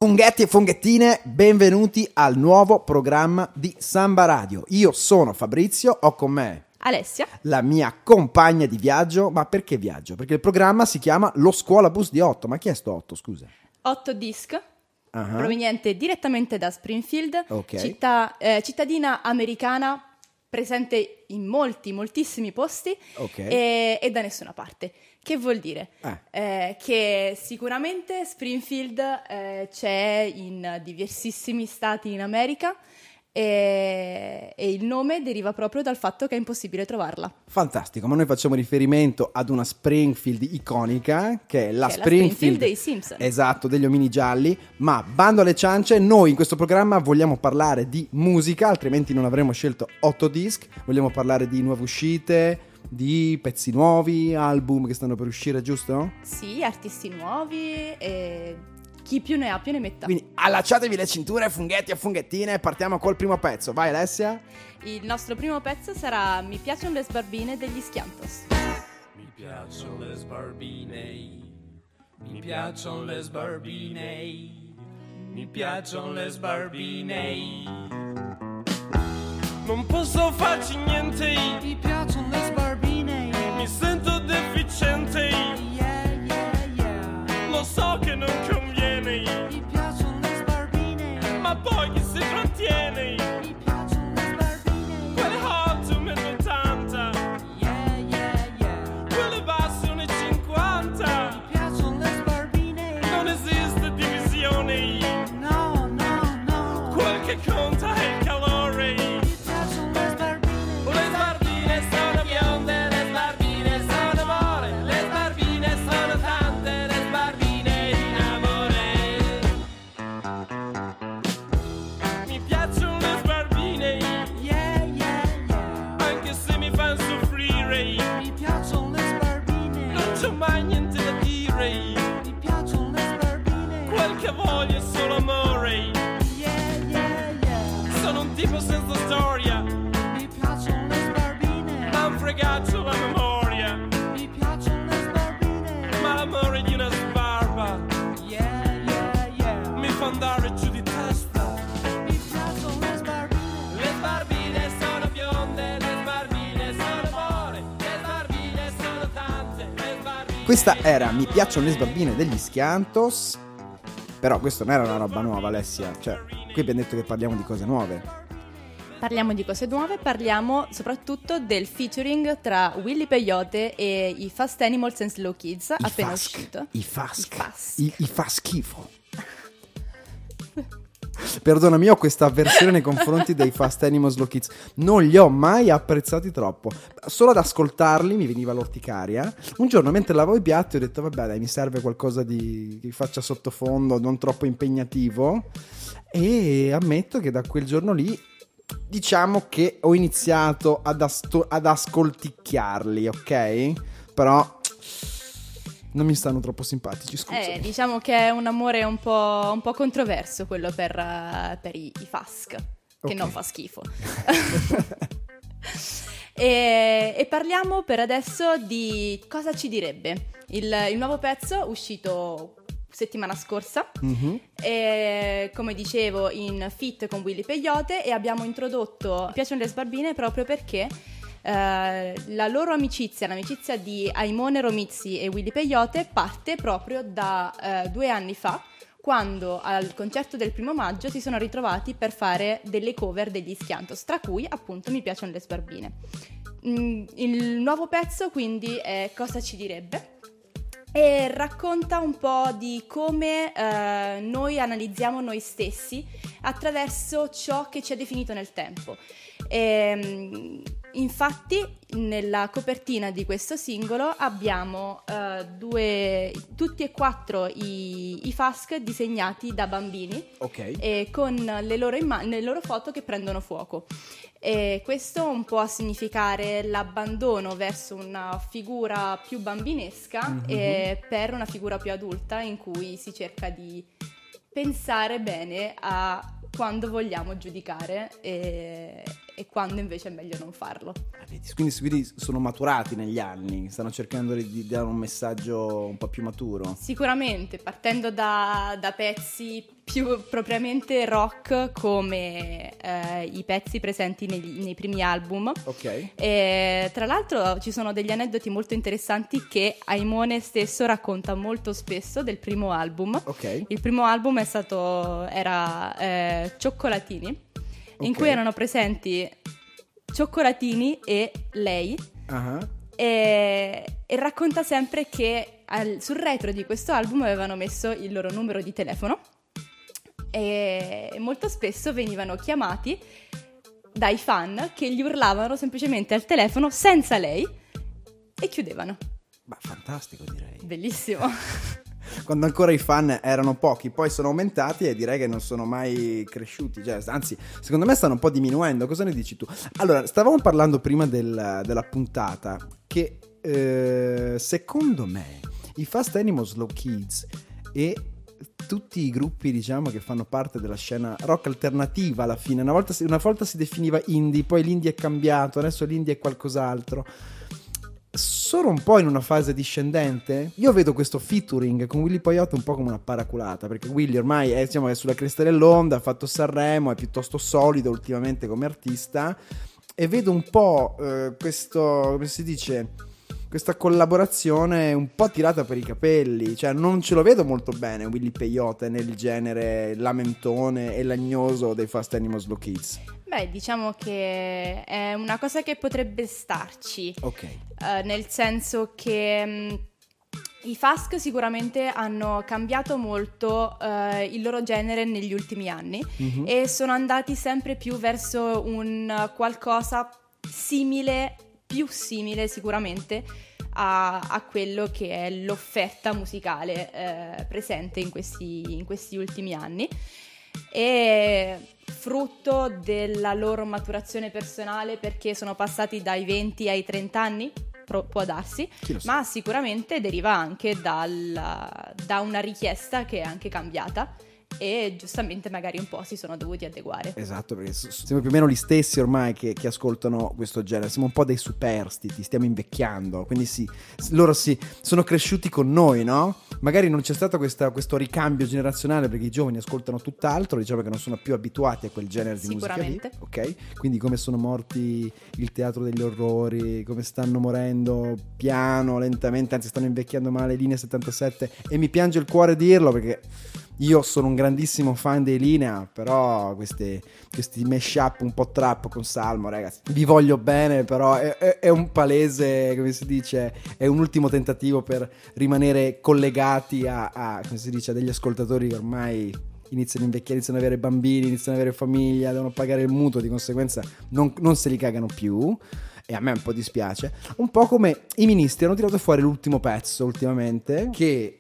Funghetti e funghettine, benvenuti al nuovo programma di Samba Radio. Io sono Fabrizio, ho con me Alessia, la mia compagna di viaggio. Ma perché viaggio? Perché il programma si chiama Lo Scuolabus di Otto. Ma chi è sto Otto, scusa? 8 Disc, proveniente direttamente da Springfield, Ok. cittadina americana presente in moltissimi posti Ok. e da nessuna parte. Che vuol dire? Che sicuramente Springfield c'è in diversissimi stati in America e il nome deriva proprio dal fatto che è impossibile trovarla. Fantastico, ma noi facciamo riferimento ad una Springfield iconica, che è la Che è la Springfield dei Simpson. Esatto, degli omini gialli. Ma bando alle ciance, noi in questo programma vogliamo parlare di musica, altrimenti non avremmo scelto 8 disc. Vogliamo parlare di nuove uscite, di pezzi nuovi, album che stanno per uscire, giusto? Sì, artisti nuovi e chi più ne ha più ne metta. Quindi allacciatevi le cinture, funghetti e funghettine, partiamo col primo pezzo. Vai Alessia. Il nostro primo pezzo sarà Mi piacciono le sbarbine degli Schiantos. Mi piacciono le sbarbine, mi piacciono le sbarbine, mi piacciono le sbarbine. Non posso farci niente, mi piacciono le sbarbine, mi sento deficiente, lo so che non conviene, mi piacciono le sbarbine, ma poi chi si trattiene, mi piacciono le sbarbine, quelle hot 1,80 m, quelle basse 1,50 m, mi piacciono le sbarbine, non esiste divisione, no, quel che conta è il calore. Voglio solo amore, sono un tipo senza storia, mi piacciono le sbarbine, m'han fregato la memoria, mi piacciono le sbarbine, ma l'amore di una sbarba, mi fa andare giù di testa, mi piacciono le sbarbine sono bionde, le sbarbine sono more, le sbarbine sono tante, le sbarbine. Questa era Mi piacciono le sbarbine degli Schiantos. Però questo non era una roba nuova, Alessia. Cioè, qui abbiamo detto che parliamo di cose nuove. Parliamo di cose nuove, parliamo soprattutto del featuring tra Willy Peyote e i Fast Animals and Slow Kids appena uscito. I fa schifo. Perdonami, ho questa avversione nei confronti dei Fast Animals Slow Kids. Non li ho mai apprezzati troppo. Solo ad ascoltarli mi veniva l'orticaria. Un giorno mentre lavavo i piatti ho detto vabbè dai, mi serve qualcosa di che faccia sottofondo, non troppo impegnativo. E ammetto che da quel giorno lì diciamo che ho iniziato ad ascolticchiarli, ok? Però non mi stanno troppo simpatici, scusa. Diciamo che è un amore un po' controverso quello per i Fask, che Okay. non fa schifo. E parliamo per adesso di Cosa ci direbbe, il nuovo pezzo uscito settimana scorsa, e, come dicevo, in feat con Willy Peyote, e abbiamo introdotto Mi piacciono le sbarbine proprio perché la loro amicizia, l'amicizia di Aimone Romizzi e Willy Peyote parte proprio da 2 anni fa, quando al concerto del 1° maggio si sono ritrovati per fare delle cover degli Schiantos, tra cui appunto Mi piacciono le sbarbine. Il nuovo pezzo quindi è Cosa ci direbbe e racconta un po' di come noi analizziamo noi stessi attraverso ciò che ci ha definito nel tempo. Infatti nella copertina di questo singolo abbiamo tutti e 4 i Fask disegnati da bambini, Ok. con le loro foto che prendono fuoco. E questo un po' a significare l'abbandono verso una figura più bambinesca e per una figura più adulta, in cui si cerca di pensare bene a quando vogliamo giudicare e quando invece è meglio non farlo. Quindi sono maturati negli anni, stanno cercando di dare un messaggio un po' più maturo. Sicuramente, partendo da pezzi più propriamente rock, come i pezzi presenti nei primi album. Ok. E, tra l'altro, ci sono degli aneddoti molto interessanti che Aimone stesso racconta molto spesso del primo album. Ok. Il primo album era Cioccolatini, in cui erano presenti Cioccolatini e lei. Uh-huh. E racconta sempre che sul retro di questo album avevano messo il loro numero di telefono e molto spesso venivano chiamati dai fan che gli urlavano semplicemente al telefono senza lei e chiudevano. Ma fantastico, direi. Bellissimo. Quando ancora i fan erano pochi, poi sono aumentati e direi che non sono mai cresciuti, cioè, anzi, secondo me stanno un po' diminuendo. Cosa ne dici tu? Allora, stavamo parlando prima della puntata che secondo me i Fast Animal Slow Kids e tutti i gruppi, diciamo, che fanno parte della scena rock alternativa alla fine, una volta si definiva indie, poi l'indie è cambiato, adesso l'indie è qualcos'altro, sono un po' in una fase discendente. Io vedo questo featuring con Willy Poyot un po' come una paraculata, perché Willy ormai è sulla cresta dell'onda, ha fatto Sanremo, è piuttosto solido ultimamente come artista, e vedo un po' questo, come si dice, questa collaborazione un po' tirata per i capelli, cioè non ce lo vedo molto bene Willy Poyot nel genere lamentone e lagnoso dei Fast Animal Slow Kids. Beh, diciamo che è una cosa che potrebbe starci. Ok. Nel senso che i Fask sicuramente hanno cambiato molto il loro genere negli ultimi anni, e sono andati sempre più verso un qualcosa simile, più simile sicuramente a quello che è l'offerta musicale presente in questi ultimi anni. E frutto della loro maturazione personale, perché sono passati dai 20 ai 30 anni, può darsi, ma sicuramente deriva anche da una richiesta che è anche cambiata e giustamente magari un po' si sono dovuti adeguare. Esatto, perché siamo più o meno gli stessi ormai che ascoltano questo genere, siamo un po' dei superstiti, stiamo invecchiando, quindi loro sono cresciuti con noi, no? Magari non c'è stato questo ricambio generazionale, perché i giovani ascoltano tutt'altro, diciamo che non sono più abituati a quel genere di musica lì, ok? Quindi come sono morti il teatro degli orrori, come stanno morendo piano, lentamente, anzi stanno invecchiando male Linea 77, e mi piange il cuore dirlo perché io sono un grandissimo fan dei Linea, però questi mashup un po' trap con Salmo, ragazzi, vi voglio bene, però è un palese, come si dice, è un ultimo tentativo per rimanere collegati a come si dice, a degli ascoltatori che ormai iniziano a invecchiare, iniziano ad avere bambini, iniziano ad avere famiglia, devono pagare il mutuo, di conseguenza non se li cagano più. E a me un po' dispiace. Un po' come i Ministri hanno tirato fuori l'ultimo pezzo ultimamente, che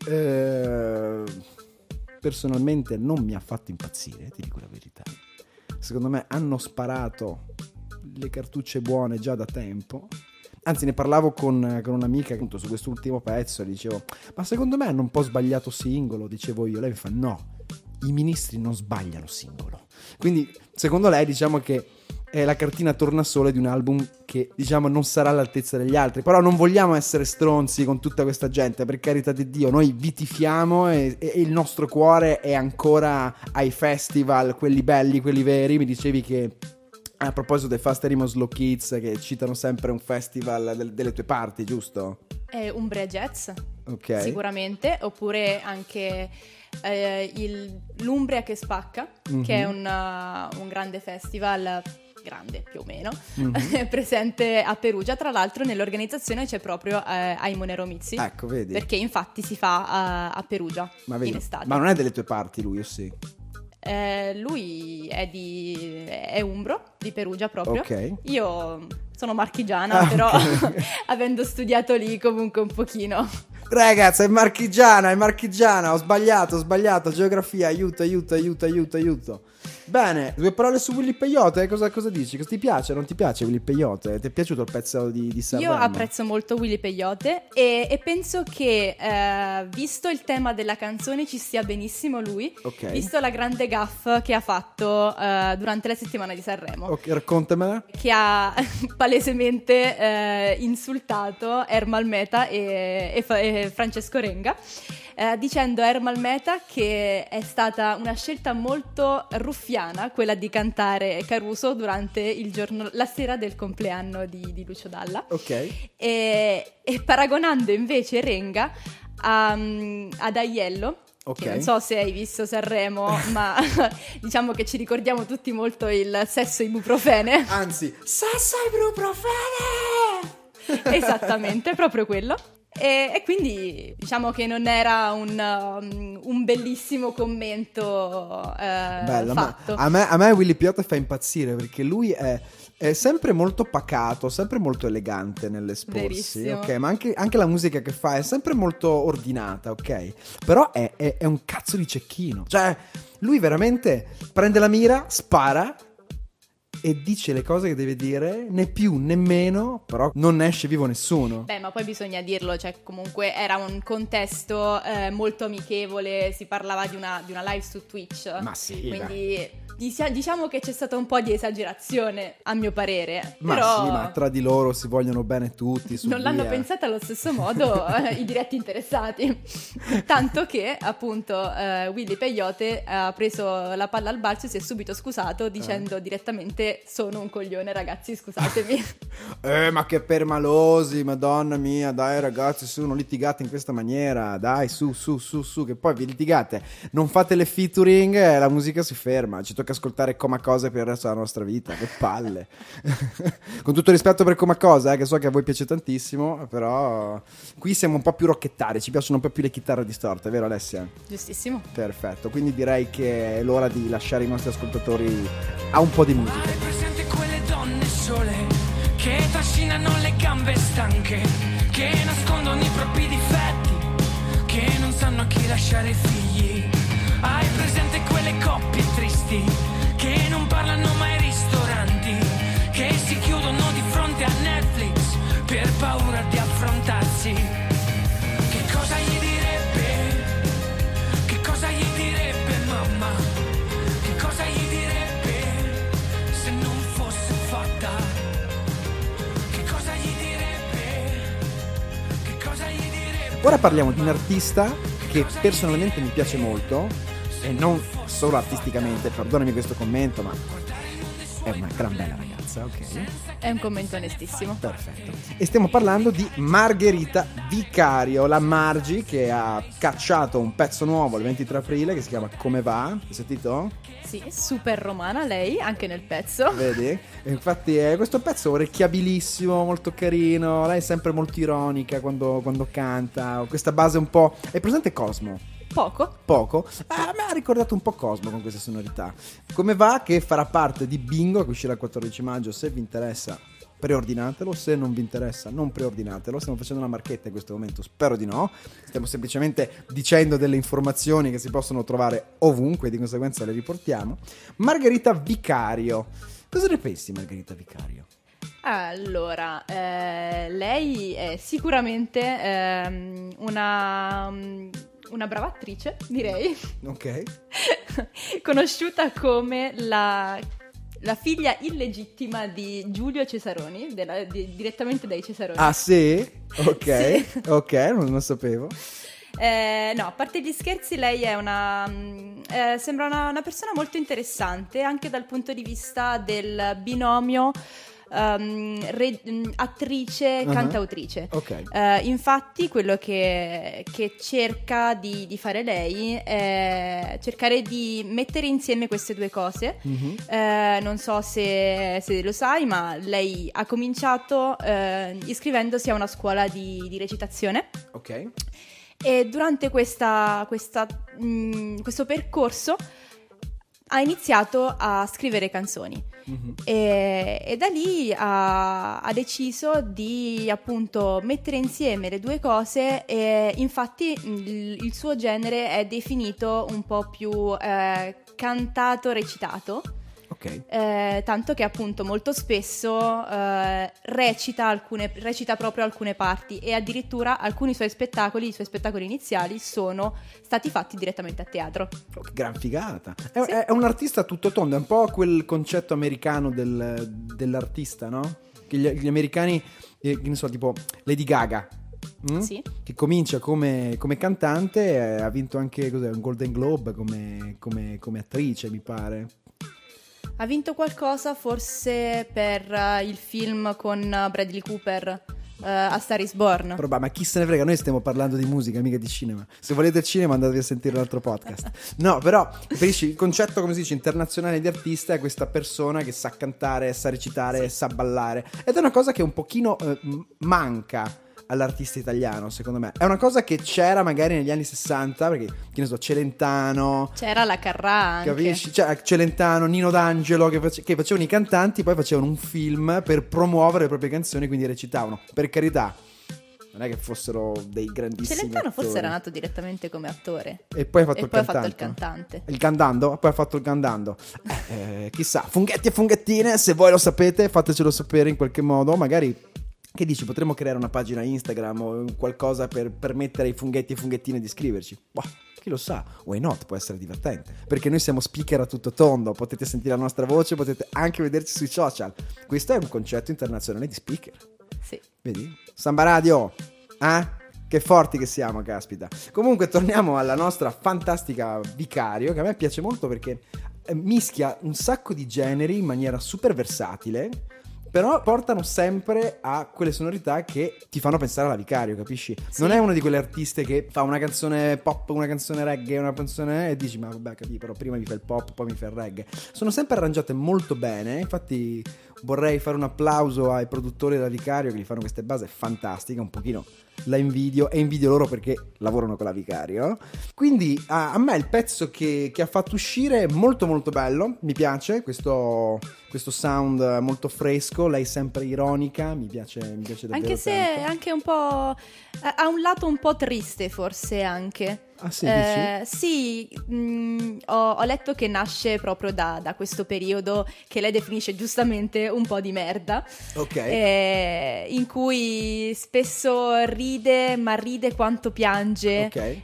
personalmente non mi ha fatto impazzire, ti dico la verità. Secondo me hanno sparato le cartucce buone già da tempo. Anzi, ne parlavo con un'amica appunto su quest'ultimo pezzo e dicevo: ma secondo me hanno un po' sbagliato singolo, dicevo io. Lei mi fa: no, i Ministri non sbagliano singolo. Quindi secondo lei, diciamo che è la cartina tornasole di un album che, diciamo, non sarà all'altezza degli altri. Però non vogliamo essere stronzi con tutta questa gente, per carità di Dio. Noi vi tifiamo e il nostro cuore è ancora ai festival, quelli belli, quelli veri. Mi dicevi che, a proposito dei Fast Animal Slow Kids, che citano sempre un festival delle tue parti, giusto? Umbria Jazz, okay. Sicuramente, oppure anche l'Umbria che spacca, che è un grande festival, grande più o meno, presente a Perugia. Tra l'altro nell'organizzazione c'è proprio Aimone Romizzi, ecco, vedi, perché infatti si fa a Perugia, in estate. Ma non è delle tue parti lui, o sì? Lui è umbro, di Perugia proprio. Okay. Io sono marchigiana, però avendo studiato lì comunque un pochino. Ragazzi, è marchigiana, ho sbagliato, geografia, aiuto. Bene, 2 parole su Willy Peyote, cosa dici? Cosa ti piace, non ti piace Willy Peyote? Ti è piaciuto il pezzo di Sanremo? Io apprezzo molto Willy Peyote e penso che visto il tema della canzone ci stia benissimo lui, visto la grande gaffe che ha fatto durante la settimana di Sanremo. Ok, raccontamela. Che ha palesemente insultato Ermal Meta e Francesco Renga, dicendo a Ermal Meta che è stata una scelta molto ruffiana quella di cantare Caruso durante la sera del compleanno di Lucio Dalla. Ok. E paragonando invece Renga ad Aiello. Okay. Non so se hai visto Sanremo, ma diciamo che ci ricordiamo tutti molto il sesso ibuprofene. Anzi, sesso ibuprofene! Esattamente, proprio quello. E quindi diciamo che non era un bellissimo commento bello, fatto. A me Willy Peyote fa impazzire perché lui è sempre molto pacato, sempre molto elegante nell'esporsi. Verissimo. Ok, ma anche la musica che fa è sempre molto ordinata, ok? Però è un cazzo di cecchino. Cioè, lui veramente prende la mira, spara e dice le cose che deve dire, né più né meno, però non ne esce vivo nessuno. Beh, ma poi bisogna dirlo, cioè comunque era un contesto molto amichevole, si parlava di una live su Twitch. Ma sì, quindi diciamo che c'è stata un po' di esagerazione, a mio parere. Ma però sì, ma tra di loro si vogliono bene tutti. Non l'hanno pensata allo stesso modo i diretti interessati. Tanto che, appunto, Willy Peyote ha preso la palla al balzo e si è subito scusato dicendo direttamente: sono un coglione, ragazzi, scusatemi. Ma che permalosi, madonna mia, dai ragazzi, su, non litigate in questa maniera, dai, su, che poi vi litigate, non fate le featuring e la musica si ferma, ci tocca ascoltare Coma Cose per il resto della nostra vita, che palle. Con tutto rispetto per Coma Cosa, che so che a voi piace tantissimo, però qui siamo un po' più rockettari, ci piacciono un po' più le chitarre distorte, vero Alessia? Giustissimo. Perfetto, quindi direi che è l'ora di lasciare i nostri ascoltatori a un po' di musica. Hai presente quelle donne sole che trascinano le gambe stanche, che nascondono i propri difetti, che non sanno a chi lasciare i figli? Hai presente quelle coppie tristi che non parlano mai ai ristoranti, che si chiudono di fronte a Netflix per paura di affrontarsi? Che cosa gli direbbe? Che cosa gli direbbe mamma? Che cosa gli direbbe se non fosse fatta? Che cosa gli direbbe? Che cosa gli direbbe? Ora parliamo di un artista che personalmente mi piace molto, e non solo artisticamente, perdonami questo commento, ma è una gran bella ragazza, ok? È un commento onestissimo. Perfetto. E stiamo parlando di Margherita Vicario, la Margi, che ha cacciato un pezzo nuovo il 23 aprile che si chiama Come va? Hai sentito? Sì, super romana lei, anche nel pezzo. Vedi? E infatti è questo pezzo orecchiabilissimo, molto carino, lei è sempre molto ironica quando canta, questa base un po'... È presente Cosmo? Poco? A me ha ricordato un po' Cosmo con queste sonorità. Come va? Che farà parte di Bingo, che uscirà il 14 maggio. Se vi interessa, preordinatelo. Se non vi interessa, non preordinatelo. Stiamo facendo una marchetta in questo momento, spero di no. Stiamo semplicemente dicendo delle informazioni che si possono trovare ovunque, di conseguenza le riportiamo. Margherita Vicario. Cosa ne pensi, Margherita Vicario? Allora, lei è sicuramente una brava attrice, direi. Ok. Conosciuta come la figlia illegittima di Giulio Cesaroni, direttamente dai Cesaroni. Ah sì? Ok, Sì. Ok, non lo sapevo. No, a parte gli scherzi, lei è sembra una persona molto interessante, anche dal punto di vista del binomio attrice cantautrice. Ok. Infatti quello che cerca di fare lei è cercare di mettere insieme queste due cose. Non so se lo sai, ma lei ha cominciato iscrivendosi a una scuola di recitazione. Ok. E durante questo percorso ha iniziato a scrivere canzoni. E da lì ha deciso di appunto mettere insieme le due cose, e infatti il suo genere è definito un po' più cantato recitato. Ok. Tanto che appunto molto spesso recita proprio alcune parti, e addirittura alcuni i suoi spettacoli iniziali sono stati fatti direttamente a teatro. Oh, che gran figata. Sì. È un artista tutto tondo, è un po' quel concetto americano dell'artista, no? Che gli americani, che ne so, tipo Lady Gaga. Sì. Che comincia come cantante, ha vinto anche un Golden Globe come attrice, mi pare. Ha vinto qualcosa forse per il film con Bradley Cooper, A Star is Born. Ma chi se ne frega, noi stiamo parlando di musica, mica di cinema. Se volete il cinema andatevi a sentire l'altro podcast. No, però capisci, il concetto, come si dice, internazionale di artista è questa persona che sa cantare, sa recitare, sa ballare, ed è una cosa che un pochino manca all'artista italiano, secondo me. È una cosa che c'era magari negli anni 60, perché, che ne so, Celentano, c'era la Carrà anche, capisci? Cioè, Celentano, Nino D'Angelo, che facevano i cantanti, poi facevano un film per promuovere le proprie canzoni, quindi recitavano. Per carità, non è che fossero dei grandissimi Celentano attori. forse era nato direttamente come attore E poi ha fatto, e poi ha fatto il cantante. Il cantando? Poi ha fatto il cantando. Chissà, funghetti e funghettine, se voi lo sapete fatecelo sapere in qualche modo. Magari, che dici, potremmo creare una pagina Instagram o qualcosa per permettere ai funghetti e funghettine di scriverci. Boh, chi lo sa, why not, può essere divertente. Perché noi siamo speaker a tutto tondo, potete sentire la nostra voce, potete anche vederci sui social. Questo è un concetto internazionale di speaker. Sì. Vedi? Samba Radio, che forti che siamo, caspita. Comunque torniamo alla nostra fantastica Vicario, che a me piace molto perché mischia un sacco di generi in maniera super versatile, però portano sempre a quelle sonorità che ti fanno pensare alla Vicario, capisci? Sì. Non è uno di quelle artiste che fa una canzone pop, una canzone reggae, una canzone, e dici ma vabbè, capì, però prima mi fa il pop, poi mi fa il reggae. Sono sempre arrangiate molto bene, infatti vorrei fare un applauso ai produttori della Vicario che gli fanno queste basi fantastiche, un pochino la invidio e invidio loro perché lavorano con la Vicario. Quindi a me il pezzo che ha fatto uscire è molto molto bello, mi piace questo sound molto fresco, lei sempre ironica, mi piace davvero Anche se tanto. anche un po' ha un lato un po' triste forse anche. Ah sì, dici? Sì, ho letto che nasce proprio da questo periodo che lei definisce giustamente un po' di merda, Ok. in cui spesso ride, ma ride quanto piange, Ok.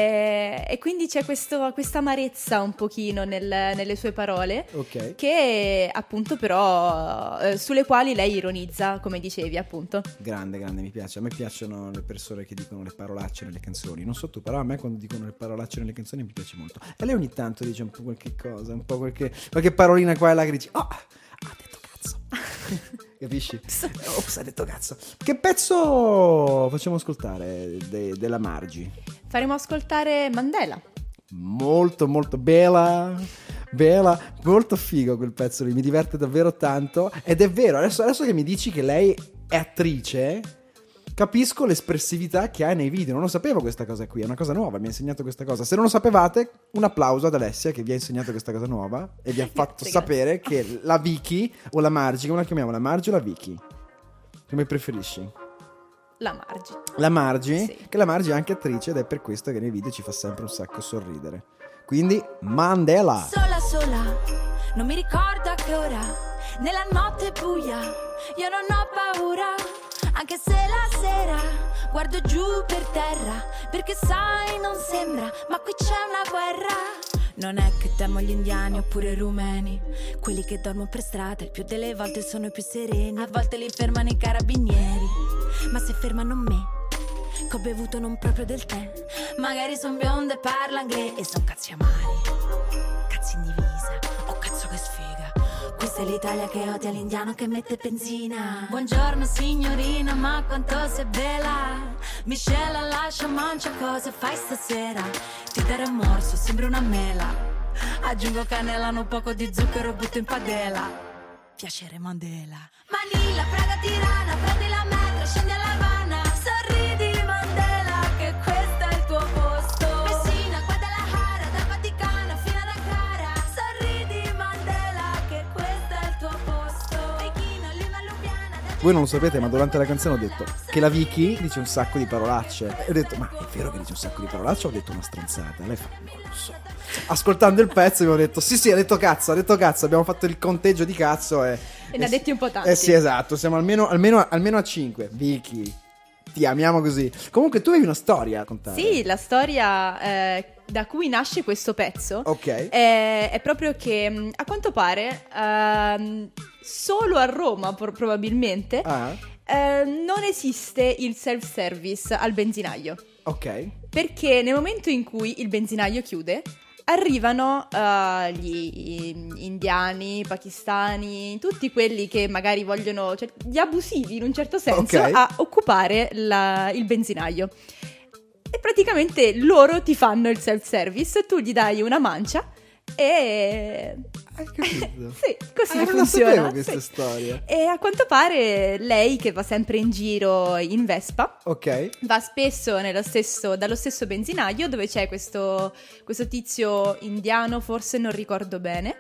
e quindi c'è questa amarezza un pochino nelle sue parole, Ok. che appunto però sulle quali lei ironizza, come dicevi appunto. Grande, mi piace. A me piacciono le persone che dicono le parolacce nelle canzoni. Non so tu, però a me quando dicono le parolacce nelle canzoni mi piace molto. E lei ogni tanto dice un po' qualche cosa, un po' qualche parolina qua e là che dici ha detto cazzo. Capisci? Ops, ha detto cazzo. Che pezzo facciamo ascoltare della Margi? Faremo ascoltare Mandela. Molto molto bella, molto figo quel pezzo lì, mi diverte davvero tanto. Ed è vero, adesso che mi dici che lei è attrice, capisco l'espressività che ha nei video. Non lo sapevo questa cosa qui, è una cosa nuova, mi ha insegnato questa cosa. Se non lo sapevate, un applauso ad Alessia che vi ha insegnato questa cosa nuova e vi ha fatto sapere che la Vicky o la Margi, come la chiamiamo, la Margi o la Vicky? Come preferisci? La Margi. La Margi, Sì. che la Margi è anche attrice ed è per questo che nei video ci fa sempre un sacco sorridere. Quindi Mandela. Sola, non mi ricordo a che ora, nella notte buia, io non ho paura, anche se la sera guardo giù per terra, perché sai non sembra, ma qui c'è una guerra. Non è che temo gli indiani oppure i rumeni, quelli che dormono per strada il più delle volte sono i più sereni. A volte li fermano i carabinieri, ma se fermano me, che ho bevuto non proprio del tè, magari son bionda e parla inglese e son cazzi amari, cazzi in divisa, oh cazzo che sfiga. Questa è l'Italia che odia l'indiano che mette benzina. Buongiorno signorina, ma quanto sei bella. Michelle lascia mancia, cosa fai stasera? Ti darò un morso, sembra una mela. Aggiungo cannella, un poco di zucchero, butto in padella. Piacere Mandela. Manila, Praga, Tirana, prendi la metro, scendi alla Havana. Sorridi Mandela, che questo è il tuo posto. Messina, Guadalajara, dal Vaticano fino ad Ankara. Sorridi Voi non lo sapete, ma durante la canzone ho detto che la Vicky dice un sacco di parolacce. E ho detto, ma è vero che dice un sacco di parolacce o ho detto una stronzata? Lei fa, non lo so. Ascoltando il pezzo abbiamo detto, sì, ha detto cazzo, abbiamo fatto il conteggio di cazzo e ne ha detti un po' tanti. sì, esatto, siamo almeno a 5. Vicky, ti amiamo così. Comunque tu avevi una storia a contare. Sì, la storia da cui nasce questo pezzo Ok. è proprio che a quanto pare solo a Roma probabilmente non esiste il self-service al benzinaio. Ok. Perché nel momento in cui il benzinaio chiude, arrivano gli indiani, pakistani, tutti quelli che magari vogliono, cioè gli abusivi in un certo senso, Ok. a occupare il benzinaio. E praticamente loro ti fanno il self-service, tu gli dai una mancia e... Hai capito? Sì, così non la funziona. sapevo questa sì. storia. E a quanto pare lei, che va sempre in giro in Vespa, Ok. va spesso dallo stesso benzinaio dove c'è questo tizio indiano, forse non ricordo bene,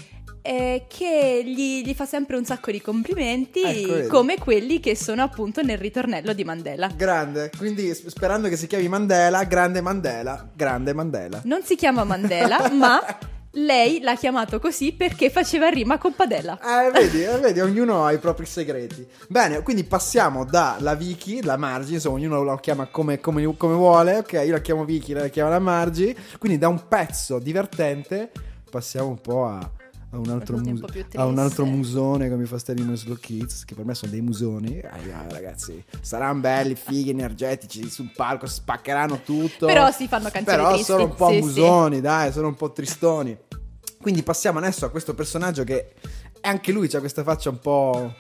che gli fa sempre un sacco di complimenti, Ecco, vedi. come quelli che sono appunto nel ritornello di Mandela. Grande, quindi sperando che si chiami Mandela, grande Mandela, grande Mandela. Non si chiama Mandela, ma lei l'ha chiamato così perché faceva rima con padella. Vedi, ognuno ha i propri segreti. Bene, quindi passiamo dalla Vicky, la Margie, insomma, ognuno la chiama come vuole. Ok, io la chiamo Vicky, lei la chiama la Margie. Quindi da un pezzo divertente passiamo un po' a un altro, Un po' più triste. a un altro musone come i Fast Animals Slow Kids, che per me sono dei musoni. Ragazzi, saranno belli, fighi, energetici, sul palco spaccheranno tutto. Però si fanno canzoni Però tristi. sono un po' Sì, musoni, dai, sono un po' tristoni. Quindi passiamo adesso a questo personaggio che anche lui ha questa faccia un po'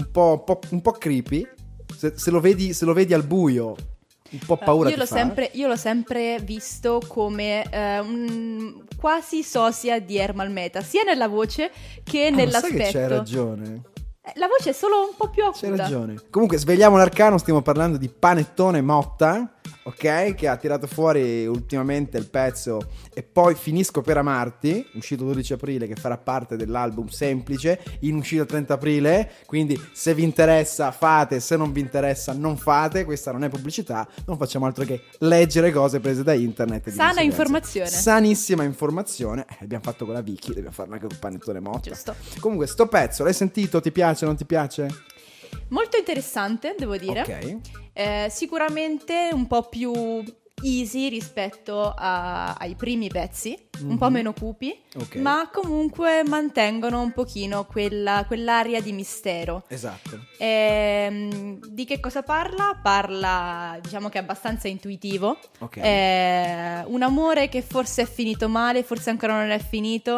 creepy. Se lo vedi al buio, un po' paura Io ti l'ho fa. io l'ho sempre visto come un quasi sosia di Ermal Meta, sia nella voce che Ma nell'aspetto. sai che c'hai ragione? La voce è solo un po' più C'hai acuta. ragione. Comunque svegliamo l'arcano, stiamo parlando di Panettone Motta, ok? Che ha tirato fuori ultimamente il pezzo E poi Finisco per amarti, uscito 12 aprile, che farà parte dell'album Semplice, in uscita 30 aprile, quindi se vi interessa fate, se non vi interessa non fate, questa non è pubblicità, non facciamo altro che leggere cose prese da internet. Di Sana conseguenza. informazione. Sanissima informazione, abbiamo fatto con la Vicky, dobbiamo farla anche con Panettone Motta. Giusto. Comunque sto pezzo, l'hai sentito? Ti piace, non ti piace? Molto interessante, devo dire. Ok. Sicuramente un po' più easy rispetto ai primi pezzi, un po' meno cupi, Ok. ma comunque mantengono un pochino quell'aria di mistero. Esatto. Di che cosa parla? Parla, diciamo che è abbastanza intuitivo. Ok. Un amore che forse è finito male, forse ancora non è finito.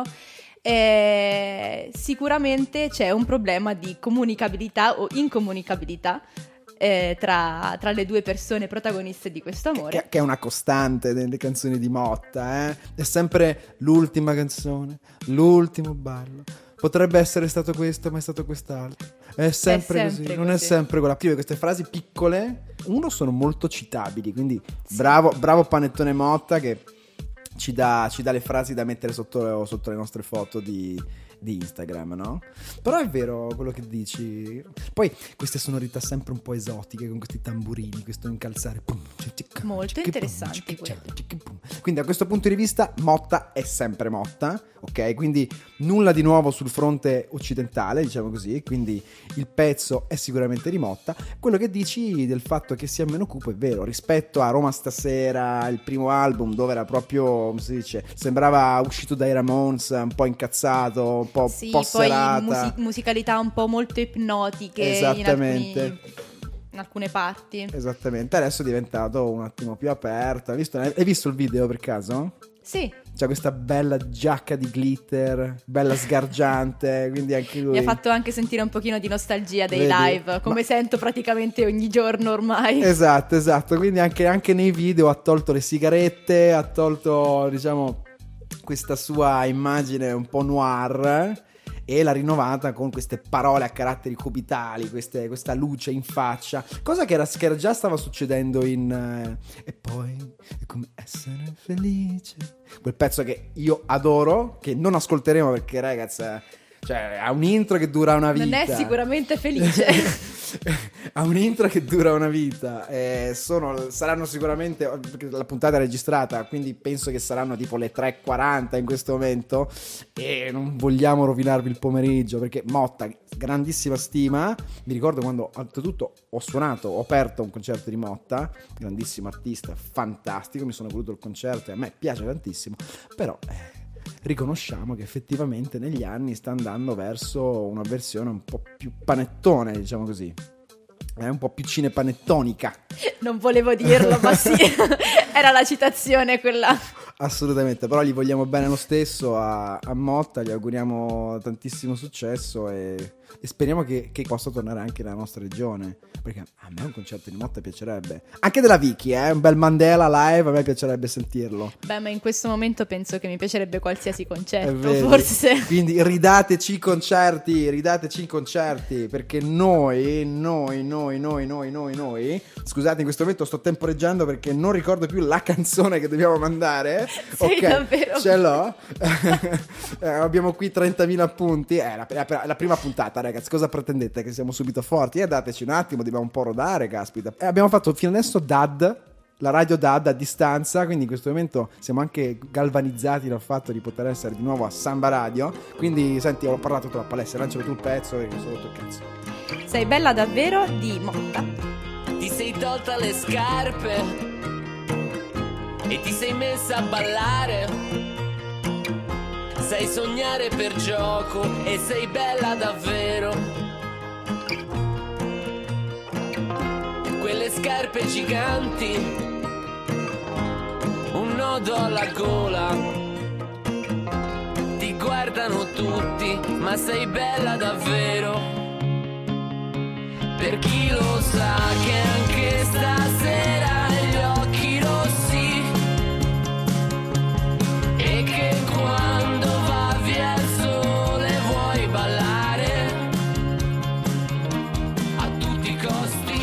Sicuramente c'è un problema di comunicabilità o incomunicabilità tra le due persone protagoniste di questo amore. Che è una costante nelle canzoni di Motta, eh? È sempre l'ultima canzone, l'ultimo ballo. Potrebbe essere stato questo, ma è stato quest'altro. È sempre così, non è così. sempre quella. Queste frasi piccole, sono molto citabili, quindi bravo Panettone Motta che ci dà le frasi da mettere sotto le nostre foto di Instagram, no? Però è vero quello che dici. Poi queste sonorità sempre un po' esotiche, con questi tamburini, questo incalzare. Molto interessanti quelli. Quindi da questo punto di vista Motta è sempre Motta, ok? Quindi nulla di nuovo sul fronte occidentale, diciamo così. Quindi il pezzo è sicuramente di Motta. Quello che dici del fatto che sia meno cupo è vero. Rispetto a Roma Stasera, il primo album, dove era proprio, come si dice, sembrava uscito dai Ramones, un po' incazzato, un po' Sì, serata. poi musicalità un po' molto ipnotiche Esattamente. in alcune parti. Esattamente, adesso è diventato un attimo più aperto. Hai visto il video per caso? Sì, C'ha questa bella giacca di glitter, bella sgargiante, quindi anche lui... mi ha fatto anche sentire un pochino di nostalgia dei Vedi? live, come sento praticamente ogni giorno ormai. Esatto, quindi anche nei video ha tolto le sigarette, ha tolto, diciamo, questa sua immagine un po' noir e l'ha rinnovata con queste parole a caratteri cubitali, questa luce in faccia, cosa che era già stava succedendo in E poi è come essere felice, quel pezzo che io adoro, che non ascolteremo perché ragazzi, cioè ha un intro che dura una vita. Non è sicuramente felice. ha un intro che dura una vita. Saranno sicuramente, perché la puntata è registrata, quindi penso che saranno tipo le 3:40 in questo momento, e non vogliamo rovinarvi il pomeriggio, perché Motta, grandissima stima. Mi ricordo quando oltretutto ho aperto un concerto di Motta, grandissimo artista, fantastico, mi sono voluto il concerto e a me piace tantissimo, però riconosciamo che effettivamente negli anni sta andando verso una versione un po' più panettone, diciamo così, è un po' più cinepanettonica. Non volevo dirlo, ma sì, era la citazione quella. Assolutamente, però gli vogliamo bene lo stesso a Motta, gli auguriamo tantissimo successo e speriamo che possa tornare anche nella nostra regione, perché a me un concerto di Motta piacerebbe, anche della Vicky, un bel Mandela live, a me piacerebbe sentirlo. Beh, ma in questo momento penso che mi piacerebbe qualsiasi concerto, Vedi? forse. Quindi ridateci i concerti, perché noi, scusate, in questo momento sto temporeggiando perché non ricordo più la canzone che dobbiamo mandare. Sei davvero? Ce l'ho. Abbiamo qui 30.000 appunti. La prima puntata, ragazzi, cosa pretendete? Che siamo subito forti? Dateci un attimo, dobbiamo un po' rodare, caspita. Abbiamo fatto fino adesso DAD, la radio DAD a distanza, quindi in questo momento siamo anche galvanizzati dal fatto di poter essere di nuovo a Samba Radio. Quindi senti, ho parlato troppo, Alessia, lanciami tu il pezzo perché sono rotto il cazzo. Sei bella davvero di Motta. Ti sei tolta le scarpe e ti sei messa a ballare. Sai sognare per gioco e sei bella davvero. Quelle scarpe giganti, un nodo alla gola. Ti guardano tutti, ma sei bella davvero. Per chi lo sa che anche stasera hai gli occhi rossi e che quando va via il sole vuoi ballare a tutti i costi.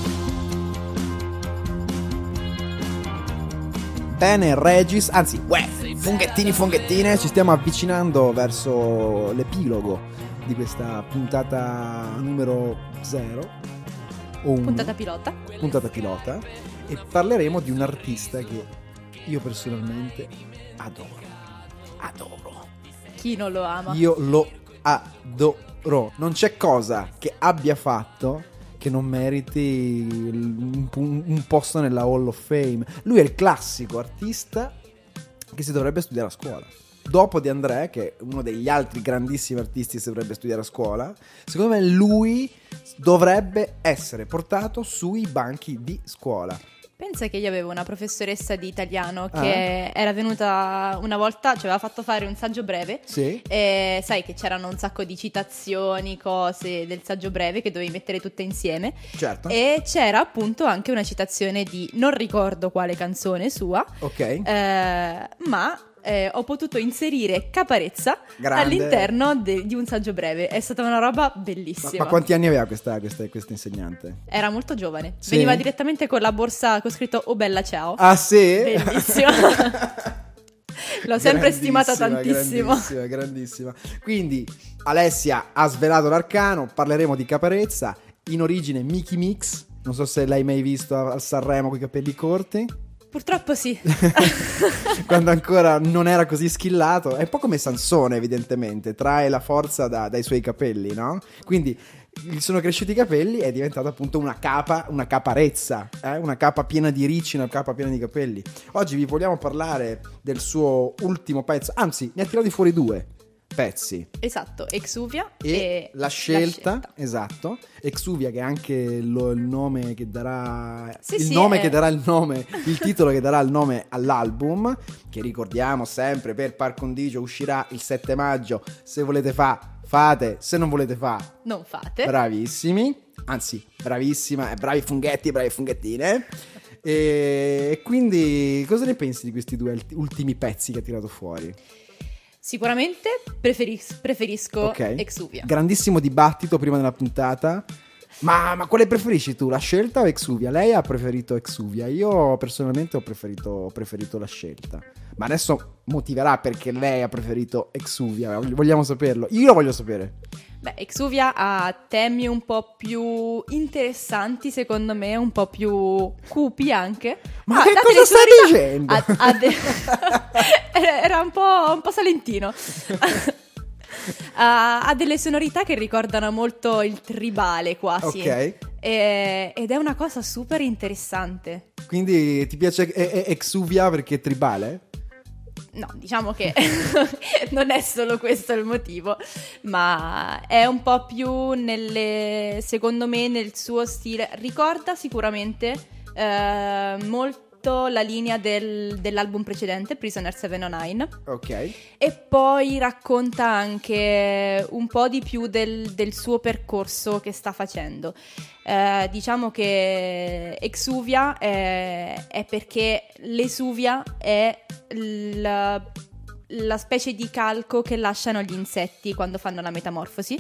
Bene, Regis, anzi, funghettine, ci stiamo avvicinando verso l'epilogo di questa puntata numero 0 o 1, Puntata pilota. e parleremo di un artista che io personalmente adoro. Chi non lo ama? Io lo adoro. Non c'è cosa che abbia fatto che non meriti un posto nella Hall of Fame. Lui è il classico artista che si dovrebbe studiare a scuola. Dopo di André, che è uno degli altri grandissimi artisti che si dovrebbe studiare a scuola, secondo me lui dovrebbe essere portato sui banchi di scuola. Pensa che io avevo una professoressa di italiano che era venuta una volta, ci aveva fatto fare un saggio breve. Sì. E sai che c'erano un sacco di citazioni, cose del saggio breve che dovevi mettere tutte insieme. Certo. E c'era appunto anche una citazione di non ricordo quale canzone sua. Ok. Ma ho potuto inserire Caparezza Grande. all'interno di un saggio breve. È stata una roba bellissima. Ma quanti anni aveva questa insegnante? Era molto giovane. Sì? Veniva direttamente con la borsa con scritto "Oh bella ciao". Ah sì? Bellissima. L'ho sempre stimata tantissimo. Grandissima. Quindi Alessia ha svelato l'arcano, parleremo di Caparezza, in origine Mickey Mix, non so se l'hai mai visto al Sanremo con i capelli corti. Purtroppo sì. Quando ancora non era così skillato. È un po' come Sansone, evidentemente, trae la forza dai suoi capelli, no? Quindi gli sono cresciuti i capelli e è diventata appunto una caparezza, una capa piena di ricci, una capa piena di capelli. Oggi vi vogliamo parlare del suo ultimo pezzo, anzi ne ha tirati fuori 2 pezzi. Esatto, Exuvia e La Scelta. Esatto. Exuvia, che è anche il nome che darà il titolo che darà il nome all'album, che ricordiamo sempre per par condicio uscirà il 7 maggio. Se volete fate, se non volete non fate. Bravissimi, anzi bravissima, bravi funghetti, bravi funghettine. E quindi cosa ne pensi di questi 2 ultimi pezzi che ha tirato fuori? Sicuramente preferisco Exuvia. Grandissimo dibattito prima della puntata. Ma quale preferisci tu, La Scelta o Exuvia? Lei ha preferito Exuvia, io personalmente ho preferito La Scelta. Ma adesso motiverà perché lei ha preferito Exuvia. Vogliamo saperlo? Io lo voglio sapere. Beh, Exuvia ha temi un po' più interessanti, secondo me, un po' più cupi anche. Ma che dà cosa delle stai sonorità- dicendo? Era un po' salentino. Ha delle sonorità che ricordano molto il tribale quasi. Ok. Ed è una cosa super interessante. Quindi ti piace Exuvia perché è tribale? No, diciamo che non è solo questo il motivo, ma è un po' più secondo me nel suo stile. Ricorda sicuramente molto la linea dell'album precedente, Prisoner 709. Ok. E poi racconta anche un po' di più del suo percorso che sta facendo. Diciamo che Exuvia è perché l'Esuvia è la specie di calco che lasciano gli insetti quando fanno la metamorfosi,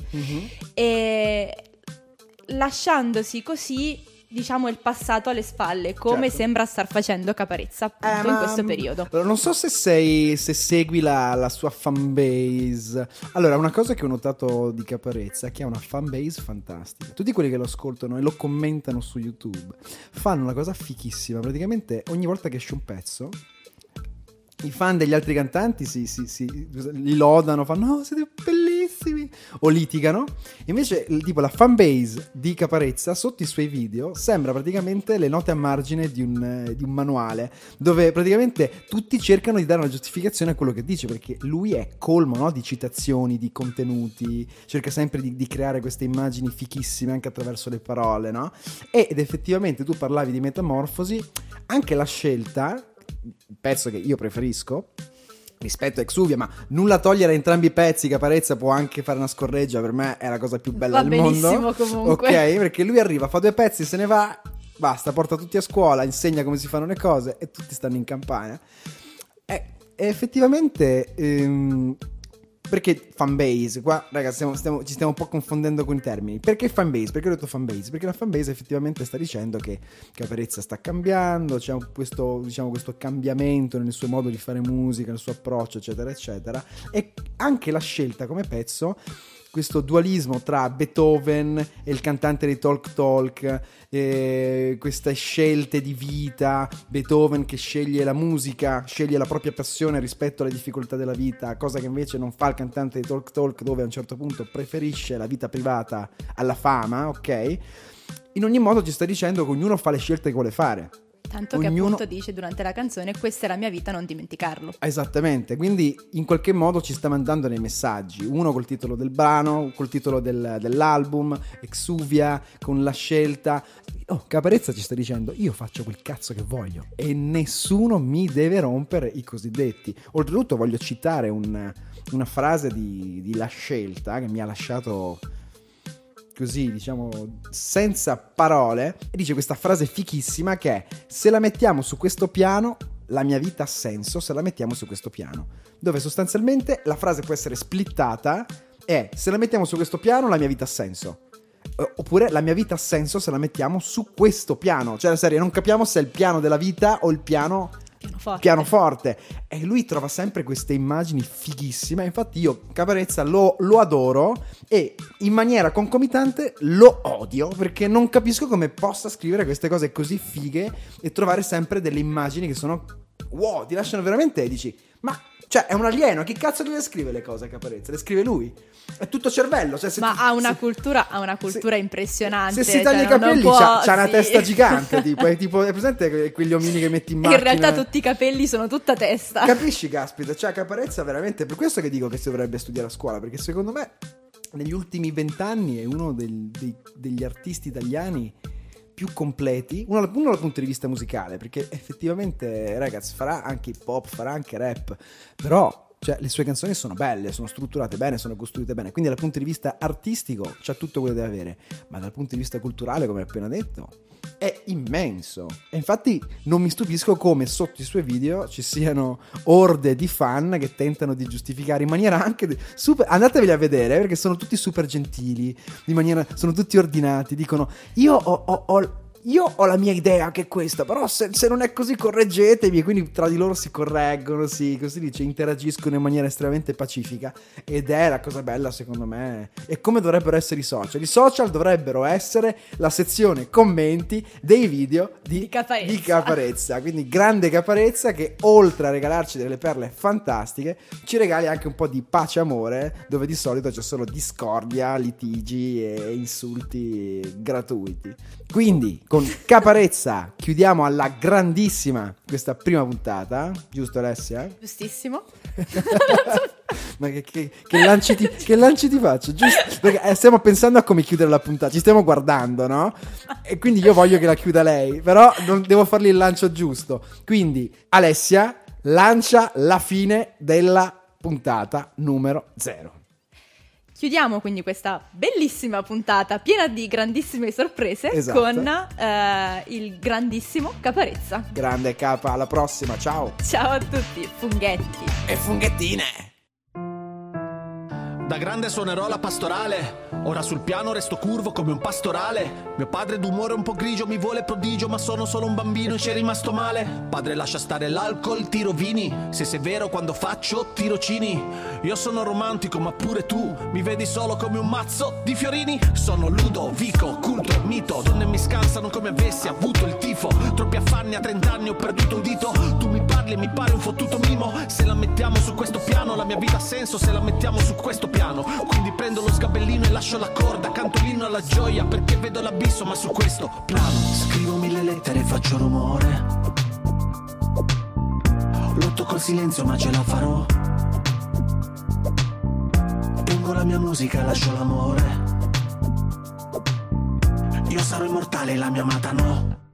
e lasciandosi così, diciamo, il passato alle spalle, come Certo. sembra star facendo Caparezza appunto in questo periodo. Allora, non so se segui la sua fanbase. Allora, una cosa che ho notato di Caparezza è che ha una fanbase fantastica. Tutti quelli che lo ascoltano e lo commentano su YouTube fanno una cosa fichissima. Praticamente ogni volta che esce un pezzo, i fan degli altri cantanti li lodano, fanno: "Oh, siete bellissimi", o litigano. Invece tipo la fanbase di Caparezza sotto i suoi video sembra praticamente le note a margine di un manuale, dove praticamente tutti cercano di dare una giustificazione a quello che dice, perché lui è colmo, no, di citazioni, di contenuti, cerca sempre di creare queste immagini fichissime anche attraverso le parole, no? Ed effettivamente tu parlavi di Metamorfosi, anche la scelta, il pezzo che io preferisco rispetto a Exuvia, ma nulla togliere a entrambi i pezzi. Caparezza può anche fare una scorreggia, per me è la cosa più bella Va del mondo. benissimo comunque. Ok, perché lui arriva, fa 2 pezzi, se ne va, basta, porta tutti a scuola, insegna come si fanno le cose e tutti stanno in campagna. E effettivamente perché fanbase? Qua, raga, ci stiamo un po' confondendo con i termini. Perché fanbase? Perché ho detto fanbase? Perché la fanbase effettivamente sta dicendo che Caparezza sta cambiando, c'è questo cambiamento nel suo modo di fare musica, nel suo approccio, eccetera, eccetera. E anche la scelta come pezzo, questo dualismo tra Beethoven e il cantante dei Talk Talk, queste scelte di vita, Beethoven che sceglie la musica, sceglie la propria passione rispetto alle difficoltà della vita, cosa che invece non fa il cantante dei Talk Talk, dove a un certo punto preferisce la vita privata alla fama, ok? In ogni modo ci sta dicendo che ognuno fa le scelte che vuole fare. Tanto che appunto dice durante la canzone: questa è la mia vita, non dimenticarlo. Esattamente, quindi in qualche modo ci sta mandando dei messaggi, uno col titolo del brano, col titolo dell'album, Exuvia, con la scelta. Caparezza ci sta dicendo: io faccio quel cazzo che voglio e nessuno mi deve rompere i cosiddetti. Oltretutto voglio citare una frase di La Scelta che mi ha lasciato così, diciamo, senza parole. E dice questa frase fichissima che è: se la mettiamo su questo piano, la mia vita ha senso se la mettiamo su questo piano. Dove sostanzialmente la frase può essere splittata e: se la mettiamo su questo piano, la mia vita ha senso. Oppure la mia vita ha senso se la mettiamo su questo piano. Cioè, la serie, non capiamo se è il piano della vita o il pianoforte. E lui trova sempre queste immagini fighissime. Infatti io Caparezza lo adoro e in maniera concomitante lo odio, perché non capisco come possa scrivere queste cose così fighe e trovare sempre delle immagini che sono wow, ti lasciano veramente, dici: ma cioè è un alieno, che cazzo deve scrivere le cose Caparezza? Le scrive lui, è tutto cervello, cioè, ha una cultura impressionante. Se si taglia i capelli c'ha una testa gigante, tipo è presente quegli omini che metti in macchina? In realtà tutti i capelli sono tutta testa. Capisci, caspita, cioè Caparezza veramente, per questo che dico che si dovrebbe studiare a scuola, perché secondo me negli ultimi 20 anni è uno degli artisti italiani più completi, uno dal punto di vista musicale, perché effettivamente, ragazzi, farà anche hip hop, farà anche rap, però cioè, le sue canzoni sono belle, sono strutturate bene, sono costruite bene, quindi dal punto di vista artistico c'ha tutto quello che deve avere, ma dal punto di vista culturale, come ho appena detto, è immenso. E infatti non mi stupisco come sotto i suoi video ci siano orde di fan che tentano di giustificare in maniera anche super, andateveli a vedere, perché sono tutti super gentili, sono tutti ordinati, dicono: io io ho la mia idea che è questa, però se non è così correggetemi, e quindi tra di loro si correggono, così dice, interagiscono in maniera estremamente pacifica, ed è la cosa bella secondo me, è come dovrebbero essere i social. I social dovrebbero essere la sezione commenti dei video di Caparezza, quindi grande Caparezza, che oltre a regalarci delle perle fantastiche ci regali anche un po' di pace e amore, dove di solito c'è solo discordia, litigi e insulti gratuiti. Quindi con Caparezza chiudiamo alla grandissima questa prima puntata, giusto Alessia? Giustissimo. Ma che lanci ti faccio? Giusto? Perché stiamo pensando a come chiudere la puntata, ci stiamo guardando, no? E quindi io voglio che la chiuda lei, però non devo fargli il lancio giusto. Quindi Alessia lancia la fine della puntata numero 0. Chiudiamo quindi questa bellissima puntata piena di grandissime sorprese, esatto, con il grandissimo Caparezza. Grande Capa, alla prossima, ciao. Ciao a tutti, funghetti E funghettine. Da grande suonerò la pastorale, ora sul piano resto curvo come un pastorale. Mio padre d'umore un po' grigio mi vuole prodigio, ma sono solo un bambino e ci è rimasto male. Padre lascia stare l'alcol, tiro vini, se sei vero quando faccio tirocini. Io sono romantico ma pure tu mi vedi solo come un mazzo di fiorini. Sono Ludovico, culto, mito, donne mi scansano come avessi avuto il tifo. Troppi affanni a 30 anni ho perduto un dito. Tu mi parli e mi pare un fottuto mimo. Se la mettiamo su questo piano la mia vita ha senso, se la mettiamo su questo piano. Quindi prendo lo sgabellino e lascio la corda, canto l'inno alla gioia perché vedo l'abisso, ma su questo piano scrivo 1000 lettere e faccio rumore. Lotto col silenzio ma ce la farò. Pongo la mia musica e lascio l'amore. Io sarò immortale e la mia amata no.